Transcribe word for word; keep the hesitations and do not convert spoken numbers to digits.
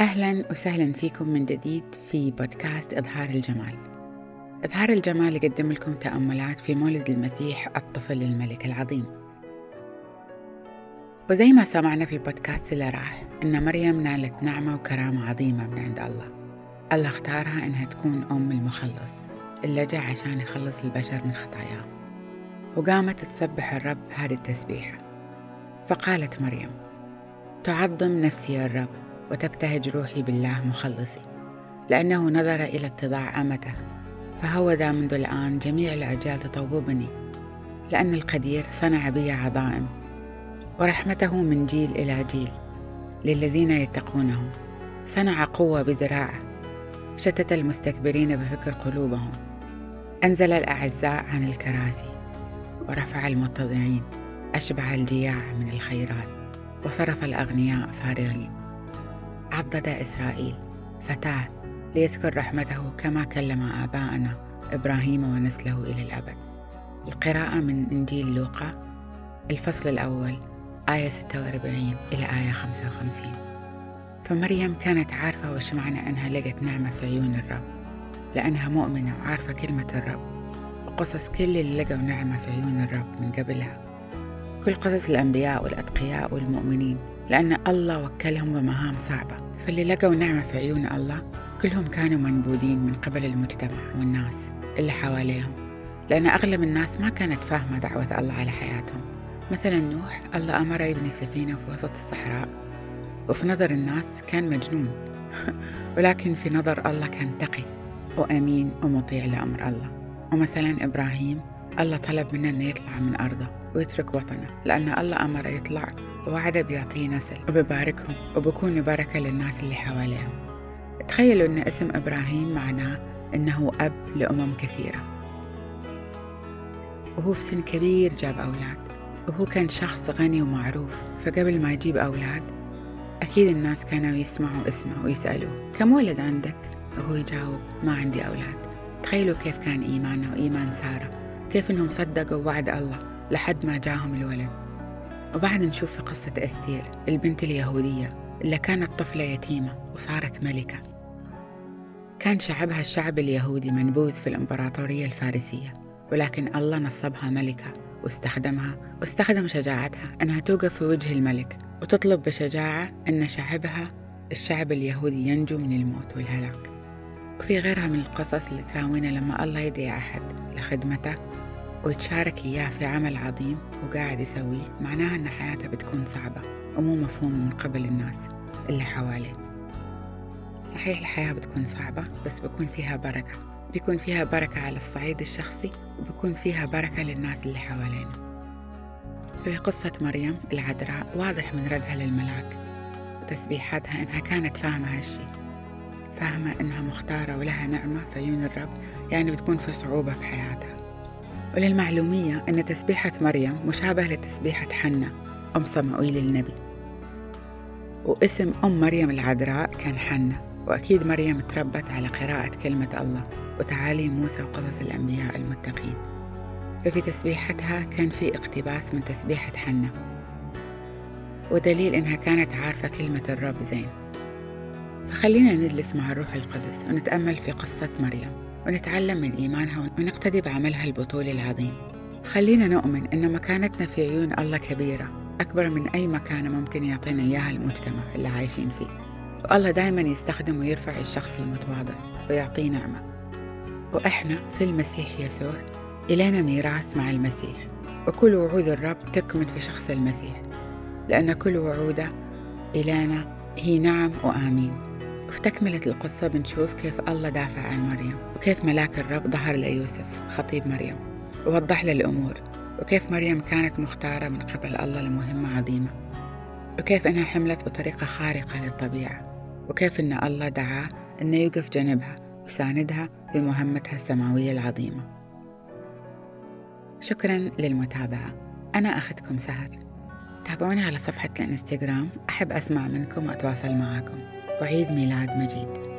أهلاً وسهلاً فيكم من جديد في بودكاست إظهار الجمال. إظهار الجمال يقدم لكم تأملات في مولد المسيح الطفل الملك العظيم. وزي ما سمعنا في البودكاست اللي راح إن مريم نالت نعمة وكرامة عظيمة من عند الله. الله اختارها إنها تكون أم المخلص اللي جاء عشان يخلص البشر من خطاياهم، وقامت تسبح الرب هذه التسبيحة. فقالت مريم: تعظم نفسي الرب وتبتهج روحي بالله مخلصي، لأنه نظر إلى اتضاع أمته، فهو ذا منذ الآن جميع الأجيال تطوبني، لأن القدير صنع بي عظائم، ورحمته من جيل إلى جيل للذين يتقونه. صنع قوة بذراعه، شتت المستكبرين بفكر قلوبهم، أنزل الأعزاء عن الكراسي، ورفع المتضعين، أشبع الجياع من الخيرات، وصرف الأغنياء فارغين. عضد إسرائيل فتاه ليذكر رحمته كما كلم آباءنا إبراهيم ونسله إلى الأبد. القراءة من إنجيل لوقا الفصل الأول آية ستة وأربعين إلى آية خمسة وخمسين. فمريم كانت عارفة وش معنى أنها لقت نعمة في عيون الرب، لأنها مؤمنة وعارفة كلمة الرب وقصص كل اللي لقوا نعمة في عيون الرب من قبلها، كل قصص الأنبياء والأتقياء والمؤمنين، لأن الله وكلهم بمهام صعبة. فاللي لقوا نعمة في عيون الله كلهم كانوا منبوذين من قبل المجتمع والناس اللي حواليهم، لأن أغلب الناس ما كانت فاهمة دعوة الله على حياتهم. مثلا نوح، الله أمر يبني سفينة في وسط الصحراء، وفي نظر الناس كان مجنون ولكن في نظر الله كان تقي وأمين ومطيع لأمر الله. ومثلا إبراهيم، الله طلب منه أنه يطلع من أرضه ويترك وطنه، لأن الله أمر يطلع ووعد بيعطيه نسل وبيباركهم وبكون بركة للناس اللي حواليهم. تخيلوا أن اسم إبراهيم معناه أنه أب لأمم كثيرة، وهو في سن كبير جاب أولاد، وهو كان شخص غني ومعروف. فقبل ما يجيب أولاد أكيد الناس كانوا يسمعوا اسمه ويسألوه: كم ولد عندك؟ وهو يجاوب: ما عندي أولاد. تخيلوا كيف كان إيمانه وإيمان سارة، كيف أنهم صدقوا وعد الله لحد ما جاهم الولد. وبعد نشوف في قصة أستير البنت اليهودية اللي كانت طفلة يتيمة وصارت ملكة. كان شعبها الشعب اليهودي منبوذ في الإمبراطورية الفارسية، ولكن الله نصبها ملكة واستخدمها واستخدم شجاعتها أنها توقف في وجه الملك وتطلب بشجاعة أن شعبها الشعب اليهودي ينجو من الموت والهلاك. وفي غيرها من القصص اللي تراوينا لما الله يدعي أحد لخدمته ويتشارك إياه في عمل عظيم وقاعد يسويه، معناها أن حياته بتكون صعبة ومو مفهومة من قبل الناس اللي حواليه. صحيح الحياة بتكون صعبة، بس بيكون فيها بركة، بيكون فيها بركة على الصعيد الشخصي، وبيكون فيها بركة للناس اللي حوالينا. في قصة مريم العذراء واضح من ردها للملاك وتسبيحاتها إنها كانت فاهمة هالشي، فاهمة إنها مختارة ولها نعمة في عيون الرب، يعني بتكون في صعوبة في حياتها. وللمعلومية أن تسبيحة مريم مشابه لتسبيحة حنة أم صموئيل النبي، واسم أم مريم العذراء كان حنة. وأكيد مريم تربت على قراءة كلمة الله وتعاليم موسى وقصص الأنبياء المتقين، ففي تسبيحتها كان في اقتباس من تسبيحة حنة، ودليل إنها كانت عارفة كلمة الرب زين. فخلينا نجلس مع الروح القدس ونتأمل في قصة مريم ونتعلم من إيمانها ونقتدي بعملها البطولي العظيم. خلينا نؤمن إن مكانتنا في عيون الله كبيرة، أكبر من أي مكانة ممكن يعطينا إياها المجتمع اللي عايشين فيه. والله دائما يستخدم ويرفع الشخص المتواضع ويعطيه نعمة. وإحنا في المسيح يسوع إلينا ميراث مع المسيح، وكل وعود الرب تكمن في شخص المسيح، لأن كل وعوده إلينا هي نعم وآمين. وفي تكملة القصة بنشوف كيف الله دافع عن مريم، وكيف ملاك الرب ظهر ليوسف خطيب مريم ووضح له الأمور، وكيف مريم كانت مختارة من قبل الله لمهمة عظيمة، وكيف أنها حملت بطريقة خارقة للطبيعة، وكيف أن الله دعاه أنه يوقف جنبها ويساندها في مهمتها السماوية العظيمة. شكرا للمتابعة. أنا أختكم سهر. تابعوني على صفحة الانستغرام، أحب أسمع منكم وأتواصل معكم. وعيد ميلاد مجيد.